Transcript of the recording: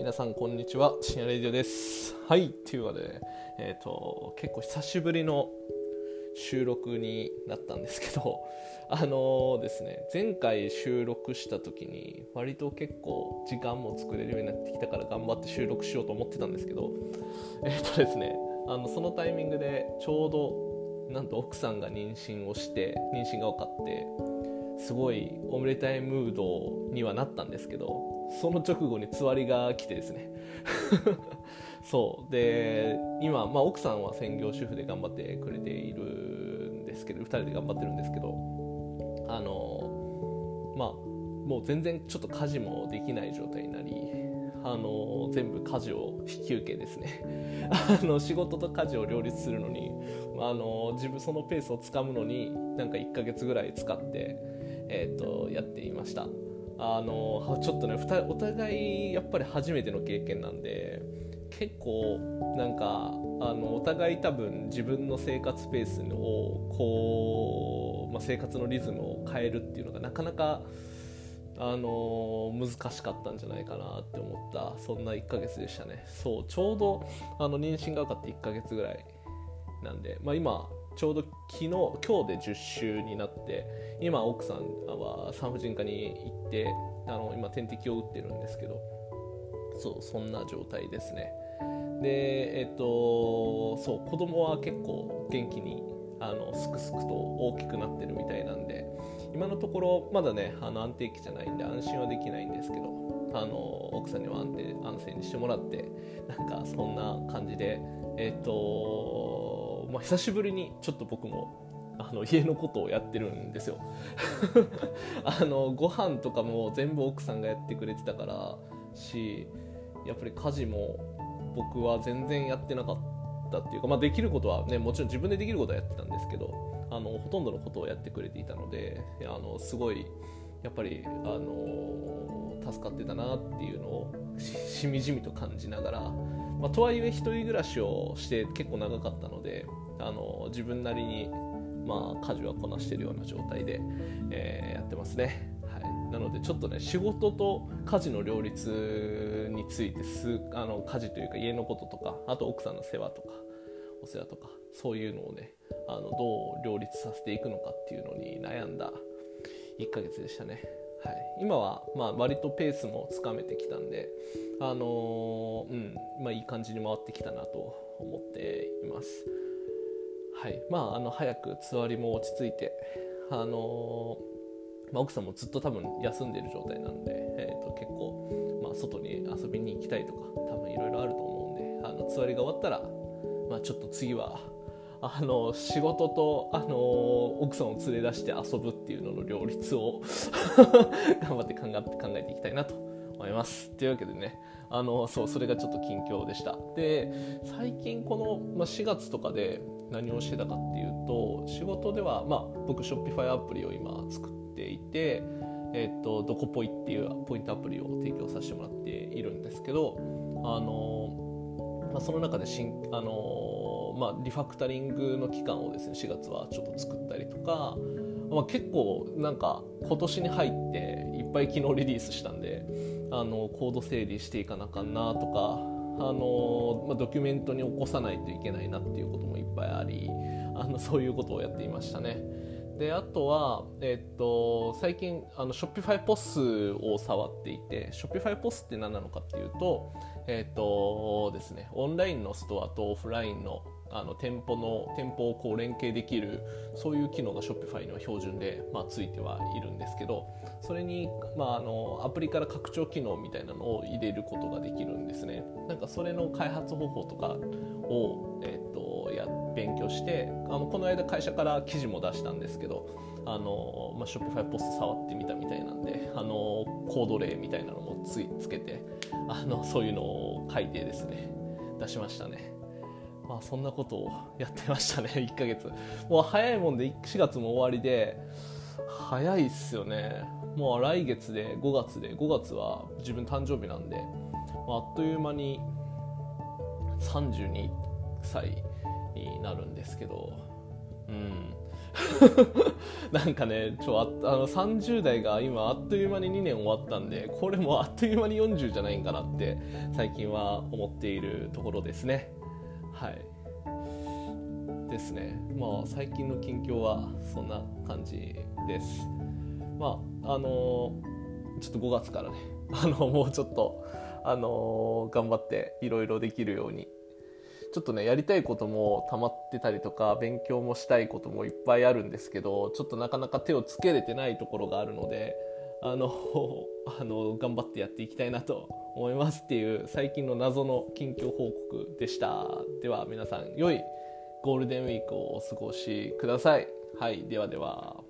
皆さんこんにちは、深夜レディオです。はい、というわけで、結構久しぶりの収録になったんですけど、ですね、前回収録した時に割と結構時間も作れるようになってきたから頑張って収録しようと思ってたんですけど、ですね、そのタイミングでちょうどなんと奥さんが妊娠をして妊娠が分かってすごいおめでたいムードにはなったんですけど、その直後につわりが来てですねそうで今、奥さんは専業主婦で頑張ってくれているんですけど、2人で頑張ってるんですけど、もう全然ちょっと家事もできない状態になり、全部家事を引き受けですね仕事と家事を両立するのに、自分そのペースをつかむのになんか1ヶ月ぐらい使って、やっていました。ちょっとねお互いやっぱり初めての経験なんで、結構なんかお互い多分自分の生活ペースを生活のリズムを変えるっていうのがなかなか難しかったんじゃないかなって思った、そんな1ヶ月でしたね。そうちょうど妊娠が分かって1ヶ月ぐらいなんで、今ちょうど今日で10週になって、今奥さんは産婦人科に行って今点滴を打ってるんですけど、そんな状態ですね。で子供は結構元気にすくすくと大きくなってるみたいなんで、今のところまだね安定期じゃないんで安心はできないんですけど、奥さんには安静にしてもらって、なんかそんな感じで久しぶりにちょっと僕も家のことをやってるんですよご飯とかも全部奥さんがやってくれてたからし、やっぱり家事も僕は全然やってなかったっていうか、できることはね、もちろん自分でできることはやってたんですけど、ほとんどのことをやってくれていたので、すごいやっぱり助かってたなっていうのをしみじみと感じながら、とはいえ一人暮らしをして結構長かったので、自分なりに家事はこなしているような状態で、やってますね。はい、なのでちょっとね、仕事と家事の両立について家事というか家のこととか、あと奥さんの世話とかお世話とか、そういうのをねどう両立させていくのかっていうのに悩んだ1ヶ月でしたね。はい、今は割とペースもつかめてきたんで、いい感じに回ってきたなと思っています。はい、早くつわりも落ち着いて、奥さんもずっと多分休んでる状態なんで、結構、外に遊びに行きたいとか多分いろいろあると思うんで、つわりが終わったら、ちょっと次は仕事と奥さんを連れ出して遊ぶっていうのの両立を頑張って考えていきたいなと思います。というわけでね、それがちょっと近況でした。で、最近この、4月とかで何をしてたかっていうと、仕事では、僕 Shopify アプリを今作っていて、ドコポイっていうポイントアプリを提供させてもらっているんですけど、その中でリファクタリングの期間をですね、4月はちょっと作ったりとか、結構なんか今年に入っていっぱい昨日リリースしたんで、コード整理していかなあかんなとか、ドキュメントに起こさないといけないなっていうこともいっぱいあり、そういうことをやっていましたね。で、あとは、最近Shopify POS を触っていて、Shopify POS って何なのかっていうと、ですね、オンラインのストアとオフラインの店舗をこう連携できる、そういう機能が Shopify には標準で、ついてはいるんですけど、それに、アプリから拡張機能みたいなのを入れることができるんですね。なんかそれの開発方法とかを、勉強して、この間会社から記事も出したんですけど、Shopify POS 触ってみたみたいなんで、コード例みたいなのもつけてそういうのを書いてですね出しましたね。そんなことをやってましたね。1ヶ月もう早いもんで4月も終わりで早いっすよね。もう来月で5月は自分誕生日なんで、あっという間に32歳になるんですけど、 なんかね30代が今あっという間に2年終わったんで、これもあっという間に40じゃないんかなって最近は思っているところですね。はいですね。まあ最近の近況はそんな感じです。まあちょっと5月からねもうちょっと頑張っていろいろできるように、ちょっとねやりたいことも溜まってたりとか勉強もしたいこともいっぱいあるんですけど、ちょっとなかなか手をつけれてないところがあるので、頑張ってやっていきたいなと思いますっていう最近の謎の近況報告でした。では皆さん良いゴールデンウィークをお過ごしください。はい、ではでは。